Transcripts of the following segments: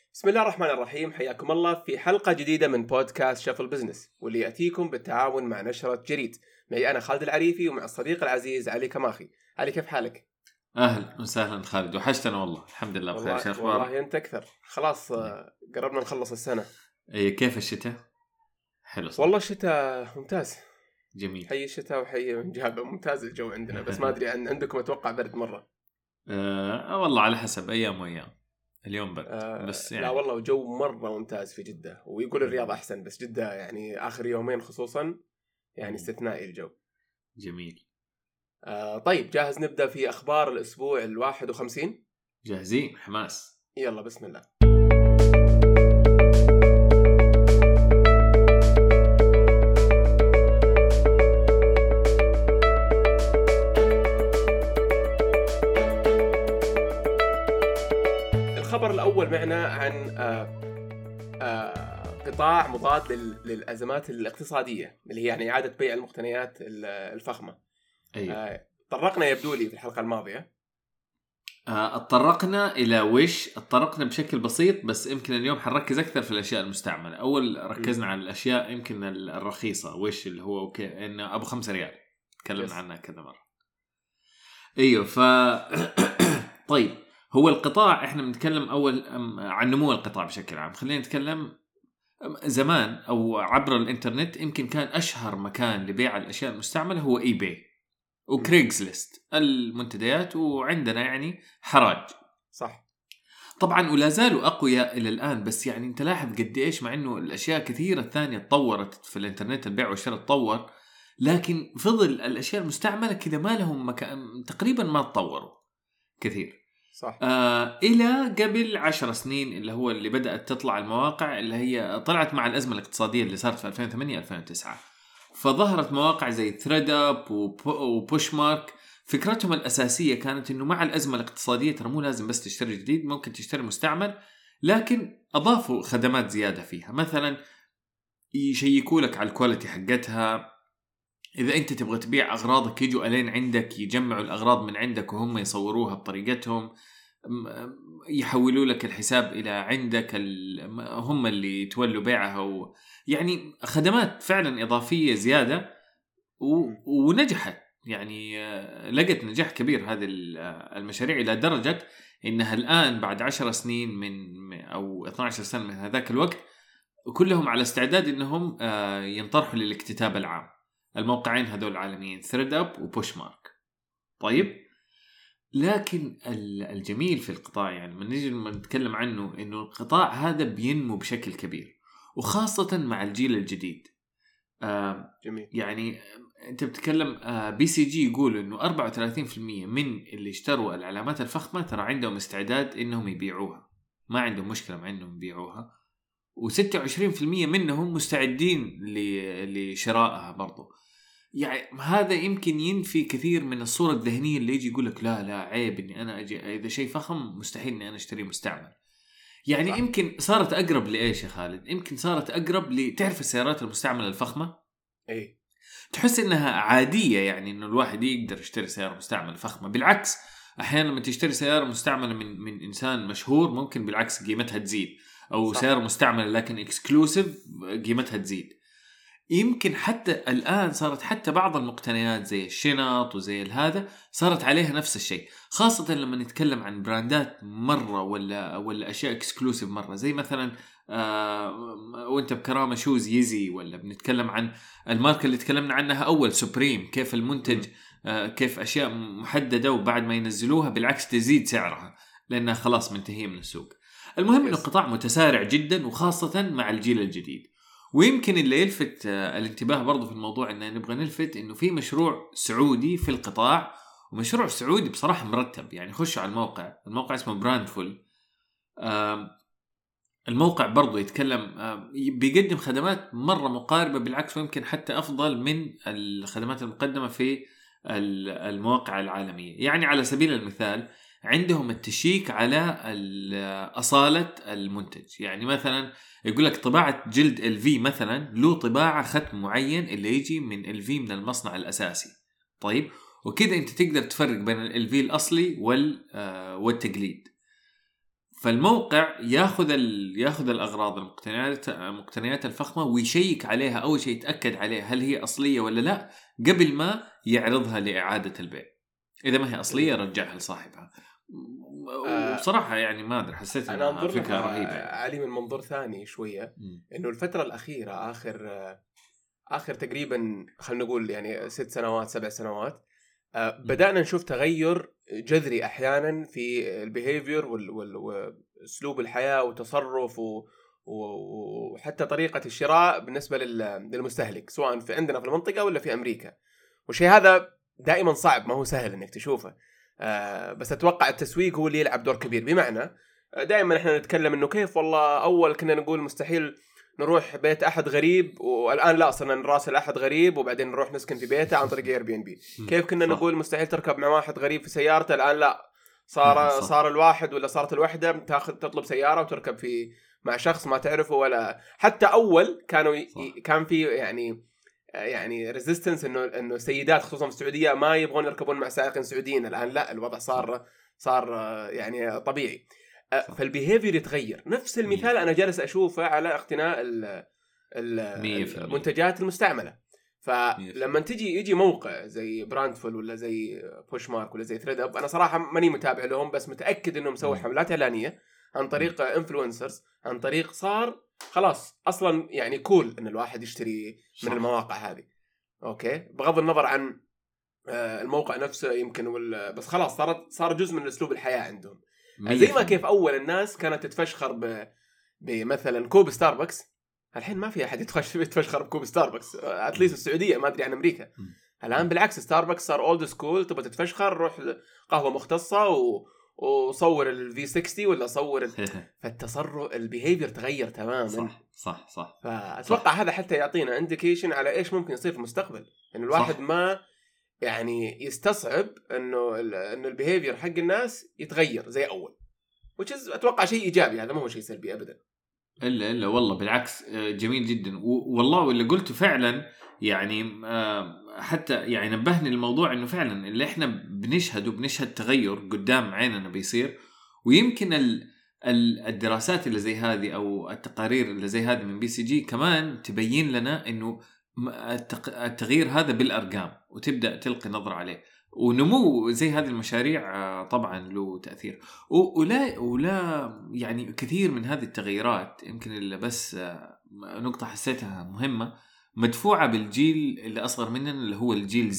بسم الله الرحمن الرحيم. حياكم الله في حلقة جديدة من بودكاست شفل بزنس، واللي يأتيكم بالتعاون مع نشرة جريد. معي أنا خالد العريفي ومع الصديق العزيز علي كماخي. علي، كيف حالك؟ أهلا وسهلا خالد، وحشتنا والله. الحمد لله بخير. شو أخبارك؟ والله أنت أكثر. خلاص قربنا نخلص السنة. كيف الشتاء؟ حلو صح؟ والله الشتاء ممتاز، جميل. حي الشتاء وحي من جابه. ممتاز الجو عندنا، بس ما أدري عندكم. أتوقع برد مرة. والله على حسب أيام وأيام. اليوم برد بس يعني. لا والله الجو مرة ممتاز في جدة، ويقول الرياض أحسن، بس جدة يعني آخر يومين خصوصا يعني استثنائي الجو. جميل. طيب، جاهز نبدأ في أخبار الأسبوع 51؟ جاهزين، حماس. يلا بسم الله. الخبر الأول معنا عن قطاع مضاد للأزمات الاقتصادية، اللي هي يعني إعادة بيع المقتنيات الفخمة. أيوه. طرقنا يبدو لي في الحلقة الماضية. اتطرقنا إلى اتطرقنا بشكل بسيط، بس يمكن اليوم حنركز أكثر في الأشياء المستعملة. أول ركزنا على الأشياء يمكن الرخيصة، اللي هو إنه أبو 5 ريال تكلمنا عنها كذا مرة. أيوه. طيب، هو القطاع احنا بنتكلم أول عن نمو القطاع بشكل عام. خلينا نتكلم زمان أو عبر الإنترنت. يمكن كان أشهر مكان لبيع الأشياء المستعملة هو إي باي وكريغز ليست، المنتديات، وعندنا يعني حراج. صح. طبعا ولا زالوا أقوياء إلى الآن، بس يعني أنت لاحظ قد إيش مع إنه الأشياء كثيرة الثانية تطورت في الإنترنت، البيع والشراء تطور، لكن فضل الأشياء المستعملة كذا ما لهم مكان، تقريبا ما تطوروا كثير. صح. إلى قبل 10 سنين اللي هو اللي بدأت تطلع المواقع، اللي هي طلعت مع الأزمة الاقتصادية اللي صارت في 2008-2009. فظهرت مواقع زي ثريد أب وبوش مارك. فكرتهم الأساسية كانت إنه مع الأزمة الاقتصادية ترى مو لازم بس تشتري جديد، ممكن تشتري مستعمل، لكن أضافوا خدمات زيادة فيها. مثلا يشيكوا لك على الكواليتي حقتها. إذا أنت تبغى تبيع أغراضك يجوا ألين عندك، يجمعوا الأغراض من عندك وهم يصوروها بطريقتهم، يحولوا لك الحساب إلى عندك، هم اللي يتولوا بيعها. يعني خدمات فعلا إضافية زيادة، ونجحت. يعني لقت نجاح كبير هذه المشاريع، إلى درجة إنها الآن بعد 10 سنين أو 12 سنة من هذاك الوقت، كلهم على استعداد إنهم ينطرحوا للاكتتاب العام. الموقعين هذول عالميين، ثريد أب وبوش مارك. طيب، لكن الجميل في القطاع، يعني من نجي نتكلم عنه، إنه القطاع هذا بينمو بشكل كبير، وخاصة مع الجيل الجديد. جميل. يعني أنت بتتكلم بي سي جي يقول إنه 34% من اللي اشتروا العلامات الفخمة ترى عندهم استعداد إنهم يبيعوها، ما عندهم مشكلة مع إنهم يبيعوها، و26% منهم مستعدين لشرائها برضو. يعني هذا يمكن ينفي كثير من الصورة الذهنية اللي يجي يقولك لا عيب إني أنا أجي إذا شيء فخم مستحيل إني أنا أشتري مستعمل. يعني صح. يمكن صارت أقرب لإيش يا خالد؟ يمكن صارت أقرب لتعرف السيارات المستعملة الفخمة؟ إيه. تحس إنها عادية، يعني إنه الواحد يقدر يشتري سيارة مستعملة فخمة. بالعكس، أحيانا لما تشتري سيارة مستعملة من إنسان مشهور ممكن بالعكس قيمتها تزيد، أو صح. سيارة مستعملة لكن إكسكلوسيف قيمتها تزيد. يمكن حتى الآن صارت حتى بعض المقتنيات زي الشنط وزي هذا صارت عليها نفس الشيء، خاصة لما نتكلم عن براندات مرة ولا أشياء إكسكلوسيف مرة، زي مثلا وانت بكرامة شوز يزي، ولا بنتكلم عن الماركة اللي تكلمنا عنها أول سوبريم، كيف المنتج كيف أشياء محددة وبعد ما ينزلوها بالعكس تزيد سعرها لأنها خلاص منتهية من السوق. المهم إنه قطاع متسارع جدا، وخاصة مع الجيل الجديد. ويمكن اللي يلفت الانتباه برضو في الموضوع إنه نبغى نلفت إنه في مشروع سعودي في القطاع، ومشروع سعودي بصراحة مرتب. يعني خشوا على الموقع اسمه براندفول. الموقع برضو يتكلم بيقدم خدمات مرة مقاربة، بالعكس ويمكن حتى أفضل من الخدمات المقدمة في المواقع العالمية. يعني على سبيل المثال عندهم التشيك على أصالة المنتج. يعني مثلا يقول لك طباعة جلد LV مثلا له طباعة ختم معين اللي يجي من LV من المصنع الأساسي. طيب، وكذا أنت تقدر تفرق بين LV الأصلي والتقليد. فالموقع ياخذ الأغراض المقتنيات الفخمة ويشيك عليها، أول شيء يتأكد عليها هل هي أصلية ولا لا قبل ما يعرضها لإعادة البيع. إذا ما هي أصلية رجعها لصاحبها. وبصراحة يعني ما أدري، حسيت إنها فكرة رهيبة. علي من منظور ثاني شوية، إنه الفترة الأخيرة آخر تقريبا خلينا نقول يعني 6 سنوات 7 سنوات بدأنا نشوف تغير جذري أحيانا في البيهيفير وأسلوب الحياة وتصرف وحتى طريقة الشراء بالنسبة للمستهلك، سواء في عندنا في المنطقة ولا في أمريكا. والشيء هذا دائما صعب، ما هو سهل إنك تشوفه، بس أتوقع التسويق هو اللي يلعب دور كبير. بمعنى دائما إحنا نتكلم إنه كيف والله أول كنا نقول مستحيل نروح بيت أحد غريب، والآن لا، صرنا نراسل أحد غريب وبعدين نروح نسكن في بيته عن طريق Airbnb. كيف كنا نقول مستحيل تركب مع واحد غريب في سيارته، الآن لا، صار الواحد ولا صارت الوحدة تطلب سيارة وتركب مع شخص ما تعرفه. ولا حتى أول كان في يعني ريزيستنس إنه سيدات خصوصا في السعودية ما يبغون يركبون مع سائقين سعوديين. الآن لا، الوضع صار يعني طبيعي. فالبيهيفير يتغير. نفس المثال أنا جالس أشوفه على اقتناء المنتجات المستعملة. فلما يجي موقع زي براندفول ولا زي بوش مارك ولا زي ثريد أب، أنا صراحة ماني متابع لهم، بس متأكد إنهم مسوي حملات إعلانية عن طريق إنفلونسرز، عن طريق صار خلاص أصلا يعني كول إن الواحد يشتري من المواقع هذه. أوكي، بغض النظر عن الموقع نفسه يمكن بس خلاص صار جزء من أسلوب الحياة عندهم. زي ما كيف أول الناس كانت تتفشخر بمثلا كوب ستاربكس، الحين ما في أحد يتفشخر بكوب ستاربكس، أتليس السعودية، ما أدري عن أمريكا. الآن بالعكس، ستاربكس صار أولد سكول، تبغى تتفشخر روح قهوة مختصة وصور الV60 ولا صور فالتصرف البيهيفير تغير تماما. صح. فأتوقع هذا حتى يعطينا انديكيشن على إيش ممكن يصير في المستقبل، إنه الواحد ما يعني يستصعب انه البيهيفير حق الناس يتغير زي اول، اتوقع شيء ايجابي، هذا ما هو شيء سلبي ابدا. الا والله بالعكس، جميل جدا. والله واللي قلته فعلا يعني حتى يعني نبهني الموضوع انه فعلا اللي احنا بنشهد تغير قدام عيننا بيصير. ويمكن الدراسات اللي زي هذه او التقارير اللي زي هذه من BCG كمان تبين لنا انه التغيير هذا بالأرقام، وتبدأ تلقي نظرة عليه. ونمو زي هذه المشاريع طبعا له تأثير. ولا يعني كثير من هذه التغييرات يمكن اللي بس نقطة حسيتها مهمة، مدفوعة بالجيل اللي أصغر مننا اللي هو الجيل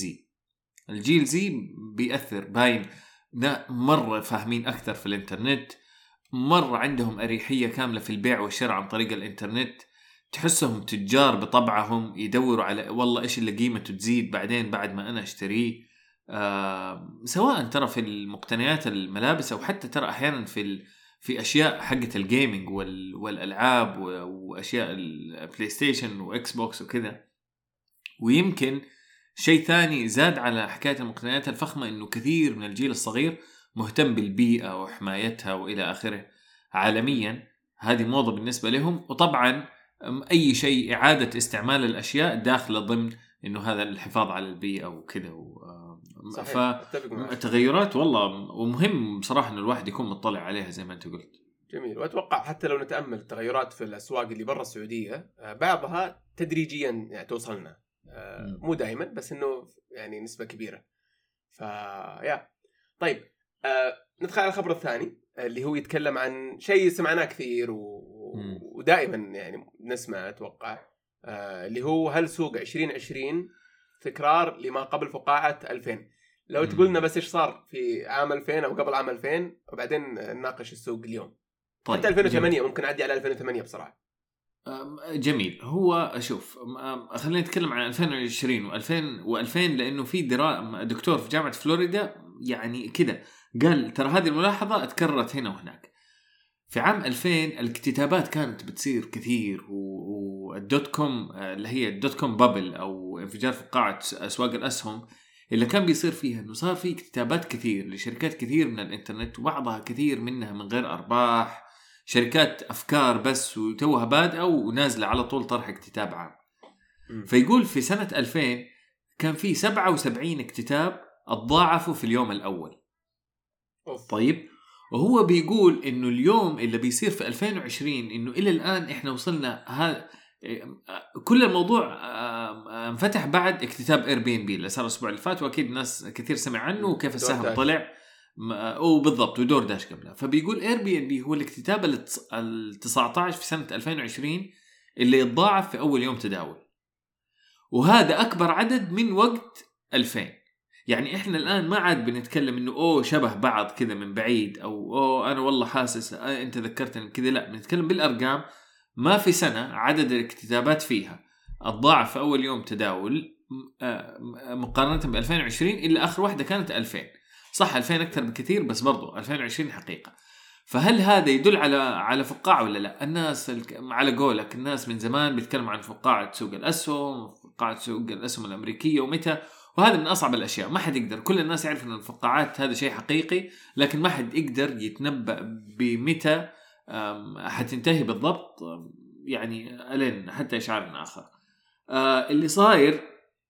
زي بيأثر باين، مرة فاهمين أكثر في الإنترنت، مرة عندهم أريحية كاملة في البيع والشراء عن طريق الإنترنت، تحسهم تجار بطبعهم، يدوروا على والله إيش اللي قيمته تزيد بعدين بعد ما أنا أشتريه. سواء ترى في المقتنيات الملابس أو حتى ترى أحيانا في أشياء حقة الجيمينج والألعاب وأشياء البلاي ستيشن وإكس بوكس وكذا. ويمكن شيء ثاني زاد على حكاية المقتنيات الفخمة، إنه كثير من الجيل الصغير مهتم بالبيئة وحمايتها وإلى آخره عالميا، هذه موضة بالنسبة لهم. وطبعا أي شيء إعادة استعمال الأشياء داخل ضمن إنه هذا الحفاظ على البيئة وكذا. فالتغيرات والله ومهم بصراحة إنه الواحد يكون مطلع عليها زي ما أنت قلت. جميل. وأتوقع حتى لو نتأمل التغيرات في الأسواق اللي برا السعودية، بعضها تدريجيا يعني توصلنا، مو دائما بس إنه يعني نسبة كبيرة. طيب، ندخل على الخبر الثاني اللي هو يتكلم عن شيء سمعناه كثير ودائما يعني نسمع أتوقع، اللي هو هل سوق 2020 تكرار لما قبل فقاعة 2000؟ لو تقولنا بس إيش صار في عام 2000 أو قبل عام 2000 وبعدين نناقش السوق اليوم. طيب، حتى 2008 جميل. ممكن أعدي على 2008 بصراحة. جميل. هو أشوف خلينا نتكلم عن 2020 و2000 لأنه في دكتور في جامعة فلوريدا يعني كده قال ترى هذه الملاحظة اتكررت هنا وهناك. في عام 2000 الكتابات كانت بتصير كثير، والدوت كوم اللي هي الدوت كوم بابل أو انفجار في قاعة أسواق الأسهم اللي كان بيصير فيها إنه صار في كتابات كثير لشركات كثير من الإنترنت، وبعضها كثير منها من غير أرباح، شركات أفكار بس وتوها بادئة ونازلة على طول طرح اكتتاب عام. فيقول في سنة 2000 كان في 77 اكتتاب اتضاعفوا في اليوم الأول. طيب، وهو بيقول إنه اليوم اللي بيصير في 2020 إنه إلى الآن إحنا وصلنا كل الموضوع انفتح بعد اكتتاب Airbnb اللي صار الأسبوع اللي فات، وأكيد ناس كثير سمع عنه وكيف السهم طلع وبالضبط ودور داش قبله. فبيقول Airbnb هو الاكتتاب ال19 في سنة 2020 اللي يتضاعف في أول يوم تداول، وهذا أكبر عدد من وقت 2000. يعني إحنا الآن ما عاد بنتكلم إنه شبه بعض كذا من بعيد، أو أنا والله حاسس أنت ذكرتني كذا، لا، بنتكلم بالأرقام. ما في سنة عدد الاكتتابات فيها الضاعف في أول يوم تداول مقارنة ب 2020 إلا آخر واحدة كانت 2000. صح 2000 أكثر بكثير، بس برضو 2020 حقيقة. فهل هذا يدل على فقاعة ولا لا؟ الناس على قولك الناس من زمان بيتكلم عن فقاعة سوق الأسهم، فقاعة سوق الأسهم الأمريكية ومتى، وهذا من أصعب الأشياء. ما حد يقدر، كل الناس يعرف أن الفقاعات هذا شيء حقيقي، لكن ما حد يقدر يتنبأ بمتى حتنتهي بالضبط، يعني ألين حتى إشعار آخر. اللي صاير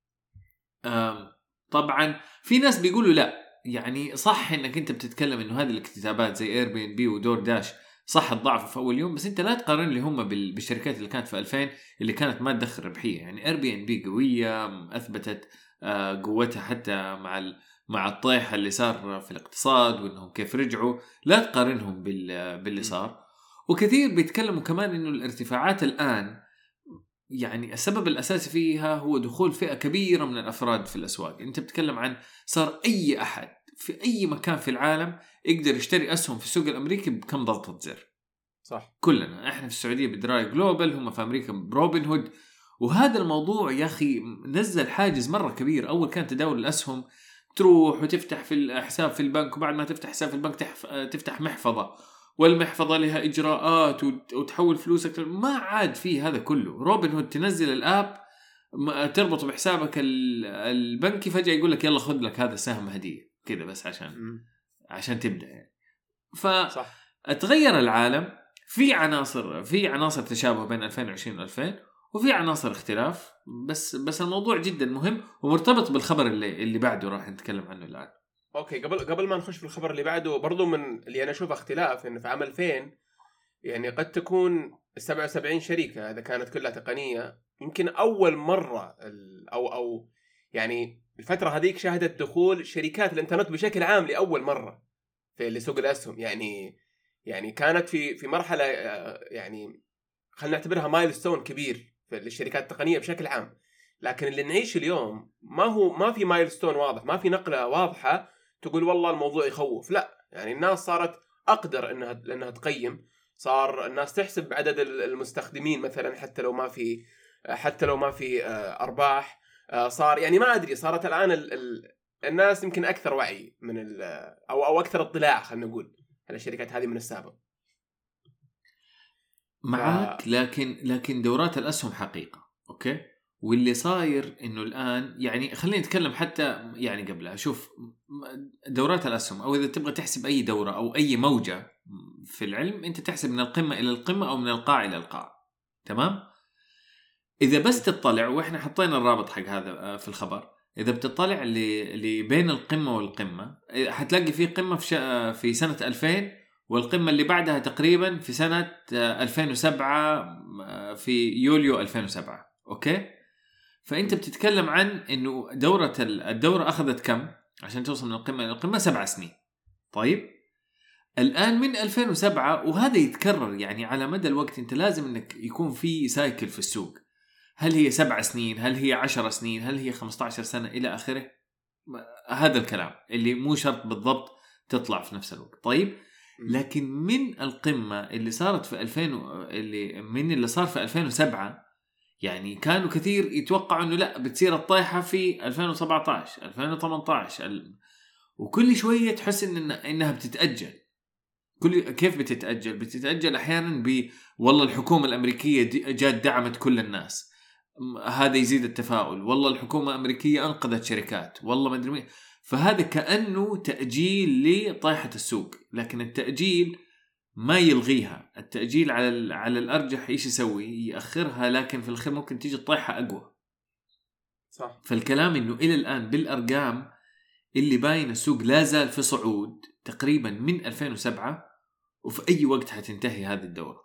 طبعا في ناس بيقولوا لا، يعني صح انك انت بتتكلم انه هذه الاكتتابات زي Airbnb ودور داش صح الضعف في اول يوم، بس انت لا تقارن اللي هم بالشركات اللي كانت في 2000 اللي كانت ما تدخل ربحيه. يعني Airbnb قويه، اثبتت قوتها حتى مع الطيحه اللي صار في الاقتصاد وانهم كيف رجعوا، لا تقارنهم باللي صار. وكثير بيتكلموا كمان انه الارتفاعات الان يعني السبب الأساسي فيها هو دخول فئة كبيرة من الأفراد في الأسواق. أنت بتتكلم عن صار أي أحد في أي مكان في العالم يقدر يشتري أسهم في السوق الأمريكي بكم ضغطة زر. صح. كلنا إحنا في السعودية بدراي جلوبال، هم في أمريكا بروبن هود. وهذا الموضوع يا أخي نزل حاجز مرة كبير. أول كان تداول الأسهم تروح وتفتح في الحساب في البنك، وبعد ما تفتح حساب في البنك تفتح محفظة، والمحفظة لها إجراءات وتحول فلوسك. ما عاد فيه هذا كله. روبن هود تنزل الآب تربطه بحسابك البنكي، فجأة يقول لك يلا خذ لك هذا السهم هدية كذا بس عشان تبدأ يعني. فتغير العالم. في عناصر تشابه بين 2020 و2000، وفي عناصر اختلاف، بس الموضوع جدا مهم ومرتبط بالخبر اللي بعده راح نتكلم عنه الآن. اوكي، قبل ما نخش في الخبر اللي بعده، برضو من اللي انا اشوفه اختلاف انه في عام 2000 يعني قد تكون 77 شركه اذا كانت كلها تقنيه، يمكن اول مره او يعني الفتره هذيك شهدت دخول شركات الانترنت بشكل عام لاول مره في سوق الاسهم. يعني كانت في مرحله يعني خلينا نعتبرها مايلستون كبير في الشركات التقنيه بشكل عام. لكن اللي نعيش اليوم ما في مايلستون واضح، ما في نقله واضحه تقول والله الموضوع يخوف. لا، يعني الناس صارت أقدر إنها تقيم، صار الناس تحسب بعدد المستخدمين مثلا حتى لو ما في أرباح. صار يعني ما أدري، صارت الآن الناس يمكن أكثر وعي من أو أكثر اطلاع خلينا نقول على الشركات هذه من السابق. معك. لكن دورات الأسهم حقيقة أوكي. واللي صاير إنه الآن يعني خلينا نتكلم حتى يعني قبلها. شوف دورات الأسهم، أو إذا تبغى تحسب أي دورة أو أي موجة في العلم، أنت تحسب من القمة إلى القمة أو من القاع إلى القاع. تمام. إذا بس تطلع، وإحنا حطينا الرابط حق هذا في الخبر، إذا بتطلع اللي بين القمة والقمة حتلاقي فيه قمة في سنة 2000، والقمة اللي بعدها تقريبا في سنة 2007 في يوليو 2007. أوكي. فأنت بتتكلم عن إنه الدورة أخذت كم عشان توصل من القمة إلى القمة؟ 7 سنين. طيب الآن من 2007، وهذا يتكرر يعني على مدى الوقت. أنت لازم إنك يكون في سايكل في السوق. هل هي 7 سنين؟ هل هي 10 سنين؟ هل هي 15 سنة إلى آخره؟ هذا الكلام اللي مو شرط بالضبط تطلع في نفس الوقت. طيب لكن من القمة اللي صارت في 2000 اللي صار في 2007، يعني كانوا كثير يتوقعوا انه لا بتصير الطيحة في 2017 2018 وكل شوية تحس انها بتتأجل. كيف بتتأجل احيانا والله الحكومة الامريكية جات دعمت كل الناس، هذا يزيد التفاؤل. والله الحكومة الامريكية انقذت شركات، والله ما ادري. فهذا كأنه تأجيل لطيحة السوق. لكن التأجيل ما يلغيها. التأجيل على الأرجح إيش يسوي؟ يأخرها، لكن في الأخير ممكن تيجي الطيحة أقوى. صح. فالكلام إنه إلى الآن بالأرقام اللي باين السوق لا زال في صعود تقريبا من 2007، وفي أي وقت حتنتهي هذه الدورة.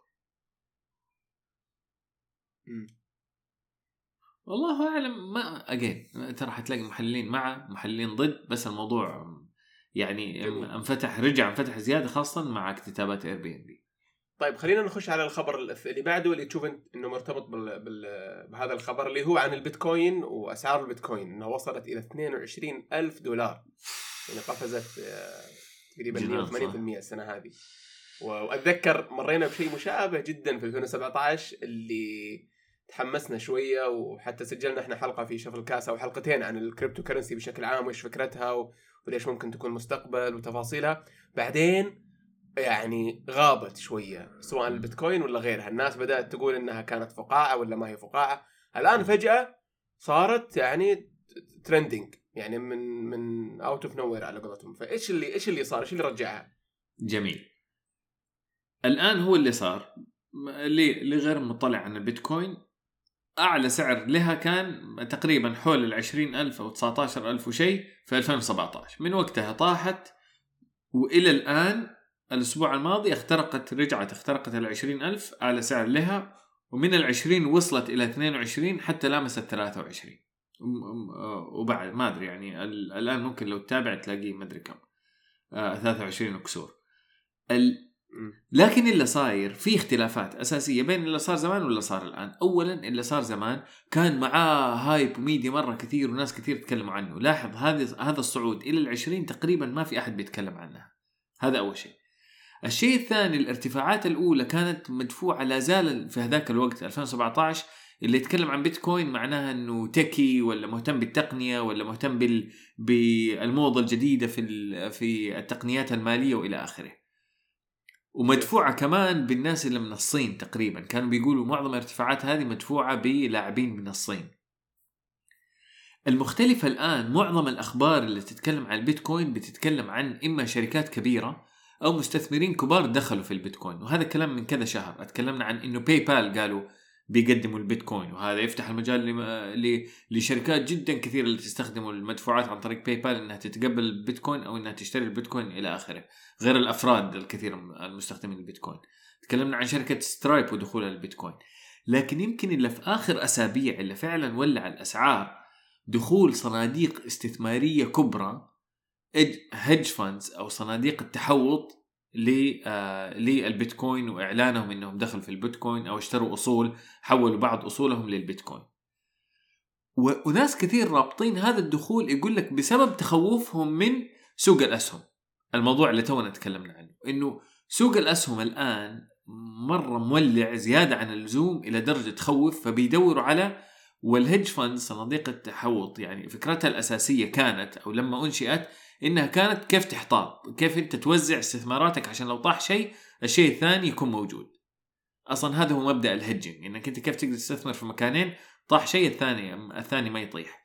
والله أعلم، ما ترى حتلاقي محللين مع محللين ضد، بس الموضوع يعني رجع انفتح زيادة، خاصة مع اكتتابات Airbnb. طيب خلينا نخش على الخبر اللي بعده، اللي تشوف انه مرتبط بهذا الخبر، اللي هو عن البيتكوين واسعار البيتكوين، انه وصلت الى $22,000، يعني قفزت تقريبا 180% السنه هذه. واتذكر مرينا بشيء مشابه جدا في 2017 اللي تحمسنا شويه، وحتى سجلنا احنا حلقه في شفل كاسه او حلقتين عن الكريبتو كرنسي بشكل عام، وايش فكرتها وليش ممكن تكون مستقبل وتفاصيلها. بعدين يعني غابت شوية، سواء البيتكوين ولا غيرها. الناس بدأت تقول إنها كانت فقاعة ولا ما هي فقاعة. الآن فجأة صارت يعني ترندينج، يعني من اوت اوف نوير على قولتهم. فايش اللي صار؟ ايش اللي رجعها؟ جميل. الآن هو اللي صار، اللي غير مطلع عن البيتكوين، أعلى سعر لها كان تقريبا حول 20,000 أو 19,000 وشيء في 2017. من وقتها طاحت، وإلى الآن الأسبوع الماضي رجعت اخترقت 20,000 أعلى سعر لها، ومن 20 وصلت إلى 22 حتى لامست 23. وبعد ما أدري يعني الآن ممكن لو تتابع تلاقيه ما أدري كم 23 وكسور. لكن اللي صاير في اختلافات أساسية بين اللي صار زمان واللي صار الآن. أولا اللي صار زمان كان معاه هايب وميديا مرة كثير وناس كثير تتكلم عنه. لاحظ هذا الصعود إلى 20 تقريبا ما في أحد بيتكلم عنها. هذا أول شيء. الشيء الثاني، الارتفاعات الأولى كانت مدفوعة لا زال في هذاك الوقت 2017. اللي يتكلم عن بيتكوين معناها أنه تكي ولا مهتم بالتقنية ولا مهتم بالموضة الجديدة في التقنيات المالية وإلى آخره. ومدفوعة كمان بالناس اللي من الصين. تقريبا كانوا بيقولوا معظم الارتفاعات هذه مدفوعة بلاعبين من الصين. المختلفة الآن معظم الأخبار اللي تتكلم عن البيتكوين بتتكلم عن إما شركات كبيرة أو مستثمرين كبار دخلوا في البيتكوين. وهذا كلام من كذا شهر. أتكلمنا عن إنه باي بال قالوا بيقدموا البيتكوين، وهذا يفتح المجال لشركات جدا كثيرة اللي تستخدموا المدفوعات عن طريق باي بال إنها تتقبل البيتكوين أو إنها تشتري البيتكوين إلى آخره، غير الأفراد الكثير المستخدمين البيتكوين. تكلمنا عن شركة سترايب ودخولها البيتكوين. لكن يمكن اللي في آخر أسابيع اللي فعلا ولع الأسعار دخول صناديق استثمارية كبرى، هيدج فاندز أو صناديق التحوط للبيتكوين، وإعلانهم إنهم دخلوا في البيتكوين أو اشتروا أصول، حولوا بعض أصولهم للبيتكوين. وناس كثير رابطين هذا الدخول يقول لك بسبب تخوفهم من سوق الأسهم. الموضوع اللي تونا تكلمنا عنه، إنه سوق الأسهم الآن مرة مولع زيادة عن اللزوم إلى درجة تخوف، فبيدوروا على والهيدج فاند صناديق التحوط. يعني فكرتها الأساسية كانت أو لما أنشئت إنها كانت كيف تحتاط، كيف أنت توزع استثماراتك عشان لو طاح شيء الشيء الثاني يكون موجود. أصلا هذا هو مبدأ الهيدجينج، إنك أنت كيف تقدر تستثمر في مكانين، طاح شيء الثاني ما يطيح.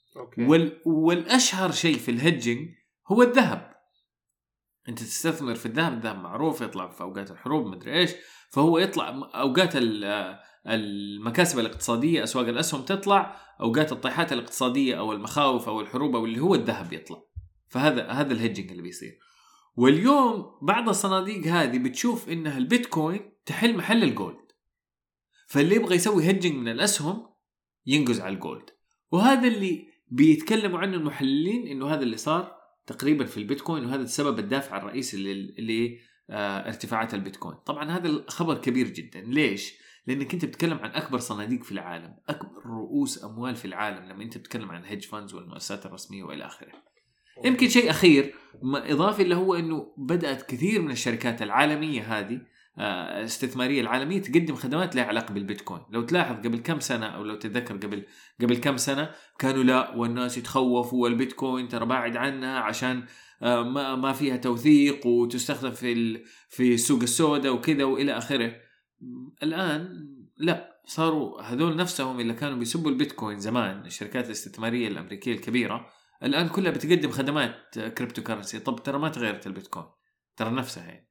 والأشهر شيء في الهيدجينج هو الذهب. أنت تستثمر في الذهب معروف يطلع في أوقات الحروب مدري إيش، فهو يطلع أوقات المكاسب الاقتصادية، أسواق الأسهم تطلع، أوقات الطيحات الاقتصادية أو المخاوف أو الحروب أو اللي هو الذهب يطلع. فهذا الهيدجينج اللي بيصير. واليوم بعض الصناديق هذه بتشوف إنها البيتكوين تحل محل الجولد، فاللي يبغى يسوي هيدجينج من الأسهم ينقز على الجولد. وهذا اللي بيتكلموا عنه المحللين، إنه هذا اللي صار تقريبا في البيتكوين، وهذا السبب الدافع الرئيسي اللي ارتفاعات البيتكوين. طبعا هذا الخبر كبير جدا. ليش؟ لأنك أنت بتتكلم عن أكبر صناديق في العالم، أكبر رؤوس أموال في العالم لما أنت بتتكلم عن هيدج فاندز والمؤسسات الرسمية وإلى آخره. يمكن شيء أخير إضافي اللي هو أنه بدأت كثير من الشركات العالمية هذه استثمارية العالمية تقدم خدمات لها علاقة بالبيتكوين. لو تلاحظ قبل كم سنة أو لو تتذكر قبل كم سنة كانوا لا والناس يتخوفوا والبيتكوين ترى باعد عنها عشان ما فيها توثيق وتستخدم في السوق السوداء وكذا وإلى آخره. الآن لا، صاروا هذول نفسهم اللي كانوا بيسبوا البيتكوين زمان، الشركات الاستثمارية الأمريكية الكبيرة، الآن كلها بتقدم خدمات كريبتو كارنسي. طب ترى ما تغيرت البيتكوين، ترى نفسها يعني.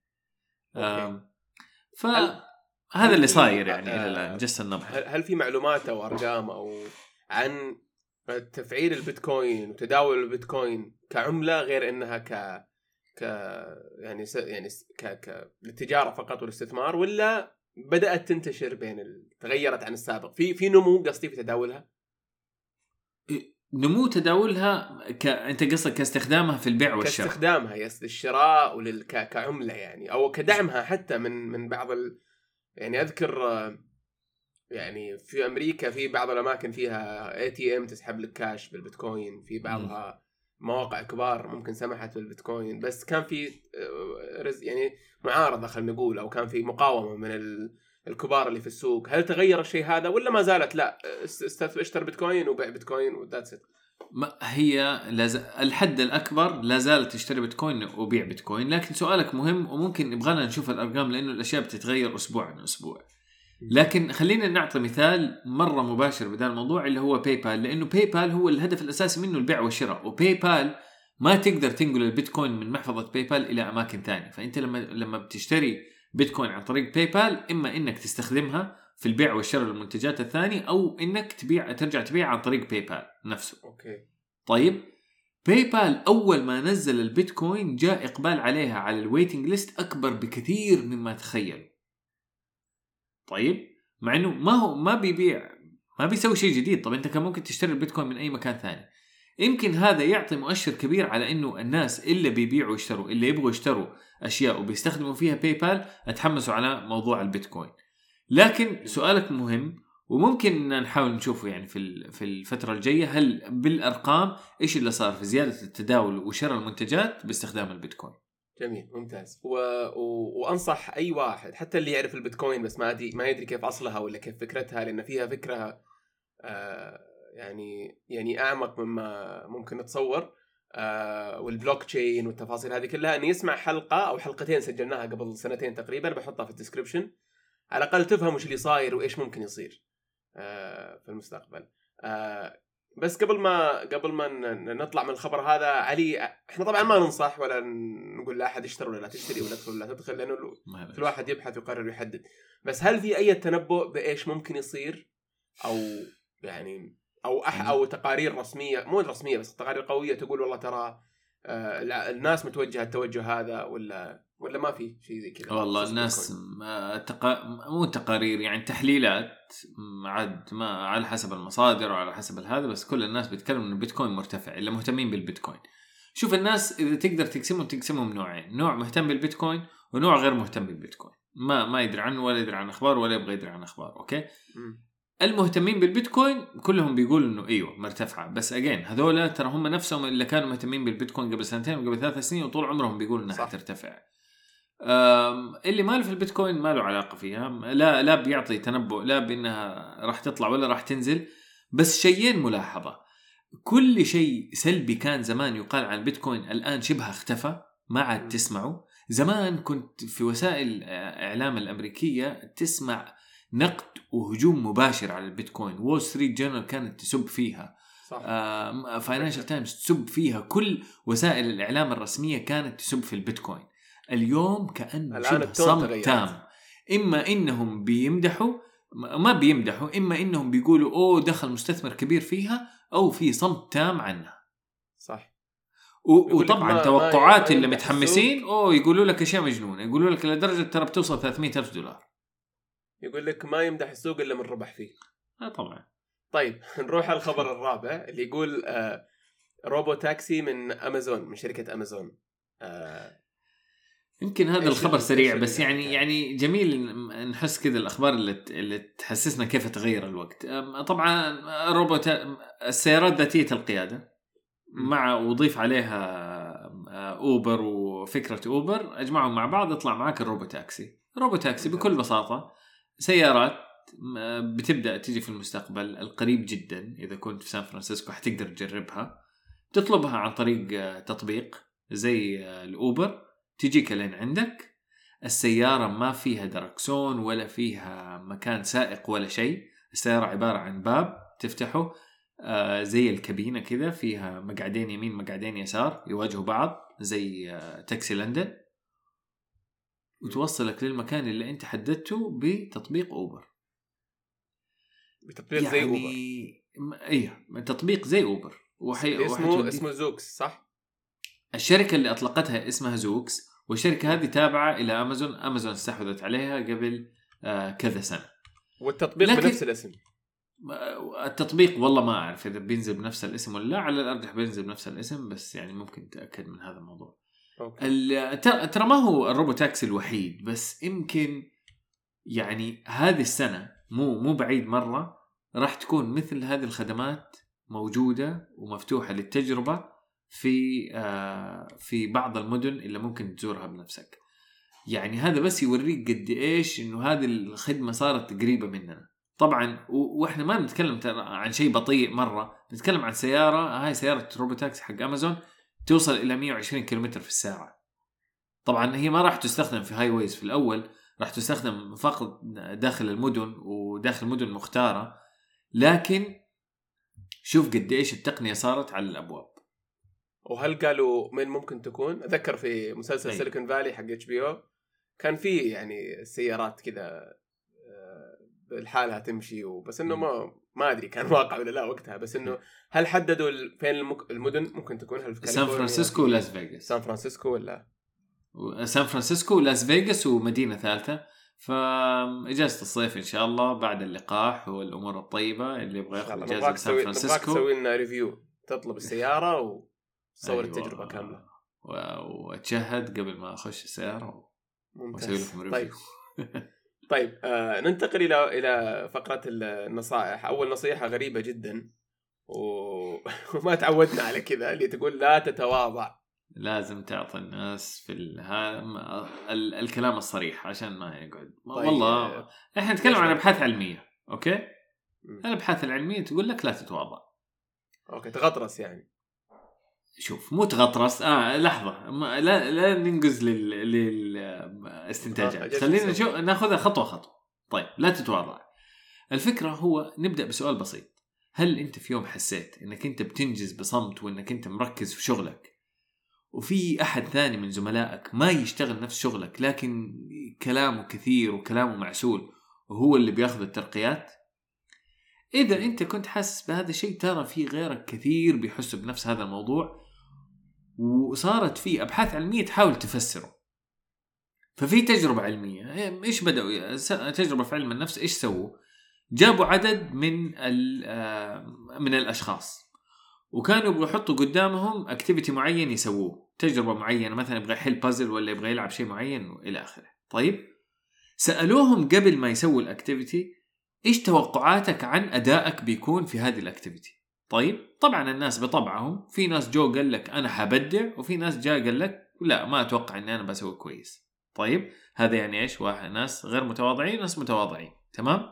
فهذا اللي صاير يعني إلى الآن جس النبض. هل في معلومات أو أرقام أو عن تفعيل البيتكوين وتداول البيتكوين كعملة غير انها يعني للتجارة فقط والاستثمار، ولا بدأت تنتشر تغيرت عن السابق في نمو قصدي في تداولها؟ نمو تداولها انت قصدك كاستخدامها في البيع والشراء؟ كاستخدامها للشراء كعملة يعني، او كدعمها حتى من بعض يعني اذكر يعني في امريكا في بعض الاماكن فيها ATM تسحب لك كاش بالبيتكوين، في بعضها مواقع كبار ممكن سمحت بالبيتكوين، بس كان في يعني معارضة خلينا نقول، او كان في مقاومة من الكبار اللي في السوق. هل تغير الشيء هذا ولا ما زالت لا اشتر بيتكوين وبيع بيتكوين وذاتس ات؟ هي الحد الأكبر لا زالت تشتري بيتكوين وبيع بيتكوين. لكن سؤالك مهم وممكن نبغانا نشوف الأرقام لأنه الأشياء بتتغير أسبوع عن أسبوع. لكن خلينا نعطي مثال مرة مباشر بدل الموضوع اللي هو باي بال، لأنه باي بال هو الهدف الأساسي منه البيع والشراء، وباي بال ما تقدر تنقل البيتكوين من محفظة باي بال إلى أماكن ثانية. فأنت لما بتشتري بيتكوين عن طريق باي بال إما إنك تستخدمها في البيع والشراء للمنتجات الثانية، أو إنك ترجع تبيع عن طريق باي بال نفسه. أوكي. طيب باي بال أول ما نزل البيتكوين جاء إقبال عليها على الويتنج ليست أكبر بكثير مما تخيل. طيب مع إنه ما بيبيع، ما بيسوي شيء جديد. طب أنت كان ممكن تشتري البيتكوين من أي مكان ثاني. يمكن هذا يعطي مؤشر كبير على إنه الناس اللي بيبيعوا ويشتروا، اللي يبغوا يشتروا أشياء وبيستخدموا فيها باي بال، اتحمسوا على موضوع البيتكوين. لكن سؤالك مهم وممكن نحاول نشوفه يعني في الفترة الجاية، هل بالأرقام إيش اللي صار في زيادة التداول وشراء المنتجات باستخدام البيتكوين. جميل ممتاز. وأنصح أي واحد حتى اللي يعرف البيتكوين بس ما يدري كيف أصلها ولا كيف فكرتها، لأن فيها فكرة يعني أعمق مما ممكن نتصور، والبلوك تشين والتفاصيل هذه كلها، أن يسمع حلقة أو حلقتين سجلناها قبل سنتين تقريبا، بحطها في الديسكريبشن على الأقل تفهم وش اللي صاير وإيش ممكن يصير في المستقبل. بس قبل ما نطلع من الخبر هذا علي، احنا طبعا ما ننصح ولا نقول لا أحد يشتري ولا لا تشتري ولا تدخل ولا تدخل، لأنه كل واحد يبحث ويقرر ويحدد. بس هل في أي تنبؤ بإيش ممكن يصير، أو يعني أو تقارير رسمية، مو رسمية بس تقارير قوية تقول والله ترى الناس متوجهة التوجه هذا، ولا ما في شيء زي كذا؟ والله الناس مو تقارير، يعني تحليلات عاد ما على حسب المصادر وعلى حسب هذا، بس كل الناس بيتكلموا إنه البيتكوين مرتفع، اللي مهتمين بالبيتكوين. شوف الناس إذا تقدر تقسمهم نوعين، نوع مهتم بالبيتكوين ونوع غير مهتم بالبيتكوين، ما يدري عنه ولا يدري عن أخبار ولا يبغى يدري عن أخبار. أوكي. المهتمين بالبيتكوين كلهم بيقولوا إنه أيوة مرتفعة، بس أجين هذولا ترى هم نفسهم اللي كانوا مهتمين بالبيتكوين قبل سنتين وقبل 3 سنين وطول عمرهم بيقولوا إنها ترتفع. اللي ما له في البيتكوين ما له علاقة فيها، لا بيعطي تنبؤ لا بأنها راح تطلع ولا راح تنزل. بس شيئين ملاحظة، كل شيء سلبي كان زمان يقال عن البيتكوين الآن شبه اختفى، ما عاد تسمعه. زمان كنت في وسائل الإعلام الأمريكية تسمع نقد وهجوم مباشر على البيتكوين، وول ستريت جورنال كانت تسب فيها، فاينانشال تايمز تسب فيها، كل وسائل الإعلام الرسمية كانت تسب في البيتكوين. اليوم كأنه شبه صمت تام، إما إنهم بيمدحوا ما بيمدحوا، إما إنهم بيقولوا أوه دخل مستثمر كبير فيها، أو في صمت تام عنها. صح. وطبعا توقعات اللي متحمسين أوه يقولوا لك أشياء مجنونة، يقولوا لك لدرجة ترى بتوصل $300,000. يقول لك ما يمدح السوق إلا من ربح فيه. طبعا. طيب نروح على الخبر الرابع اللي يقول روبو تاكسي من أمازون، من شركة أمازون. يمكن هذا الخبر سريع بس يعني جميل نحس كذا الأخبار اللي تحسسنا كيف تغير الوقت. طبعا السيارات ذاتية القيادة مع وضيف عليها أوبر وفكرة أوبر أجمعهم مع بعض يطلع معاك الروبو تاكسي بكل بساطة سيارات بتبدأ تيجي في المستقبل القريب جدا. إذا كنت في سان فرانسيسكو حتقدر تجربها، تطلبها عن طريق تطبيق زي الأوبر، تجيك لين عندك. السيارة ما فيها دركسون ولا فيها مكان سائق ولا شيء، السيارة عبارة عن باب تفتحه زي الكابينة كذا، فيها مقعدين يمين مقعدين يسار يواجهوا بعض زي تاكسي لندن، وتوصلك للمكان اللي انت حددته بتطبيق أوبر. بتطبيق يعني زي أوبر ايه تطبيق زي اوبر اسمه زوكس صح؟ الشركة اللي أطلقتها اسمها زوكس، والشركة هذه تابعة إلى أمازون استحوذت عليها قبل كذا سنة. والتطبيق بنفس الاسم؟ التطبيق والله ما أعرف إذا بينزل بنفس الاسم ولا لا، على الأرجح بينزل بنفس الاسم، بس يعني ممكن تأكد من هذا الموضوع. ترى ما هو الروبوتاكسي الوحيد، بس يمكن يعني هذه السنة مو بعيد مرة راح تكون مثل هذه الخدمات موجودة ومفتوحة للتجربة في بعض المدن اللي ممكن تزورها بنفسك. يعني هذا بس يوريك قد إيش إنه هذه الخدمة صارت قريبة مننا. طبعا وإحنا ما نتكلم عن شيء بطيء مرة، نتكلم عن سيارة، هاي سيارة روبوتاكسي حق أمازون توصل إلى 120 كيلومتر في الساعة. طبعا هي ما راح تستخدم في هاي ويز في الأول، راح تستخدم فقط داخل المدن وداخل مدن مختارة، لكن شوف قد إيش التقنية صارت على الأبواب. وهل قالوا من ممكن تكون؟ أذكر في مسلسل سيليكون فالي حق HBO كان فيه يعني السيارات كذا بالحالها تمشي، وبس إنه ما أدري كان واقع ولا لا وقتها، بس إنه هل حددوا فين المدن ممكن تكون؟ هل في سان فرانسيسكو ولاس فيغاس؟ سان فرانسيسكو ولا سان فرانسيسكو ولاس فيغاس ومدينة ثالثة. فإجازة الصيف إن شاء الله بعد اللقاح والأمور الطيبة اللي يبغى ياخذ إجازة سان فرانسيسكو تسوي لنا ريفيو، تطلب السيارة وتصور التجربة كاملة وأتشهد قبل ما أخش السيارة وأسوي لكم ريفيو. طيب ننتقل إلى فقرة النصائح. أول نصيحة غريبة جدا وما تعودنا على كذا، اللي تقول لا تتواضع. لازم تعطي الناس في الكلام الصريح عشان ما يقعد والله احنا نتكلم عن ابحاث علميه. اوكي الابحاث العلميه تقول لك لا تتواضع. اوكي تغطرس يعني. شوف مو تغطرس لحظه لا ننجز للاستنتاجات. خلينا ناخذها خطوه خطوه. طيب لا تتواضع. الفكره هو نبدا بسؤال بسيط. هل انت في يوم حسيت انك انت بتنجز بصمت وانك انت مركز في شغلك، وفي أحد ثاني من زملائك ما يشتغل نفس شغلك لكن كلامه كثير وكلامه معسول وهو اللي بياخذ الترقيات؟ إذا أنت كنت حاسس بهذا الشيء، ترى في غيرك كثير بيحسوا بنفس هذا الموضوع، وصارت في أبحاث علمية تحاول تفسره. ففي تجربة علمية إيش بدأوا تجربة في علم النفس. إيش سووا؟ جابوا عدد من الأشخاص وكانوا بيحطوا قدامهم اكتيفيتي معين يسووه، تجربة معينة، مثلا يبغى يحل بازل ولا يبغى يلعب شيء معين وإلى آخره. طيب سألوهم قبل ما يسووا الاكتيفيتي إيش توقعاتك عن أدائك بيكون في هذه الاكتيفيتي؟ طيب طبعا الناس بطبعهم، في ناس جو قال لك أنا حبدع، وفي ناس جاء قال لك لا ما أتوقع أني أنا بسوي كويس. طيب هذا يعني إيش؟ واحد ناس غير متواضعين، ناس متواضعين. تمام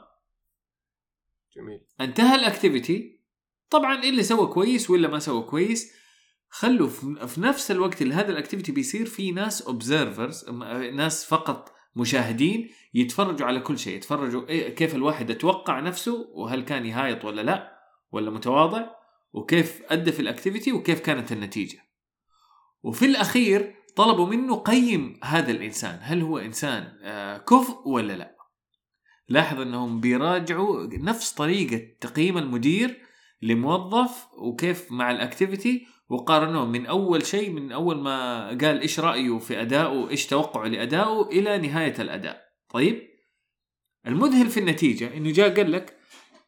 جميل. انتهى الاكتيفيتي، طبعا اللي سوى كويس ولا ما سوى كويس خلوا في نفس الوقت اللي هذا الاكتيفيتي بيصير في ناس observers، ناس فقط مشاهدين يتفرجوا على كل شيء، يتفرجوا كيف الواحد اتوقع نفسه وهل كان يهايط ولا لا ولا متواضع، وكيف أدى في الاكتيفيتي وكيف كانت النتيجة. وفي الأخير طلبوا منه قيم هذا الإنسان، هل هو إنسان كفء ولا لا. لاحظ أنهم بيراجعوا نفس طريقة تقييم المدير لموظف وكيف مع الاكتيفيتي، وقارنوه من أول شيء، من أول ما قال إيش رأيه في أدائه، إيش توقعه لأدائه، إلى نهاية الأداء. طيب المذهل في النتيجة إنه جاء قال لك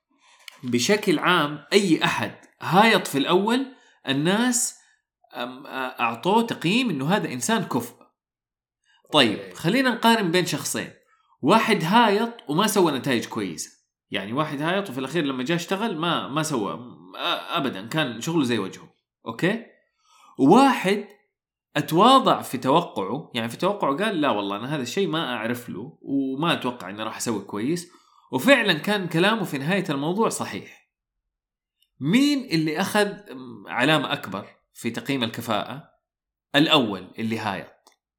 بشكل عام أي أحد هايط في الأول الناس أعطوه تقييم إنه هذا إنسان كفء. طيب خلينا نقارن بين شخصين، واحد هايط وما سوى نتائج كويسة، يعني واحد هايط وفي الأخير لما جاء اشتغل ما سوى أبدا، كان شغله زي وجهه. أوكي. وواحد أتواضع في توقعه، يعني في توقعه قال لا والله أنا هذا الشيء ما أعرف له وما أتوقع أني راح أسوي كويس، وفعلا كان كلامه في نهاية الموضوع صحيح. مين اللي أخذ علامة أكبر في تقييم الكفاءة؟ الأول اللي هايط.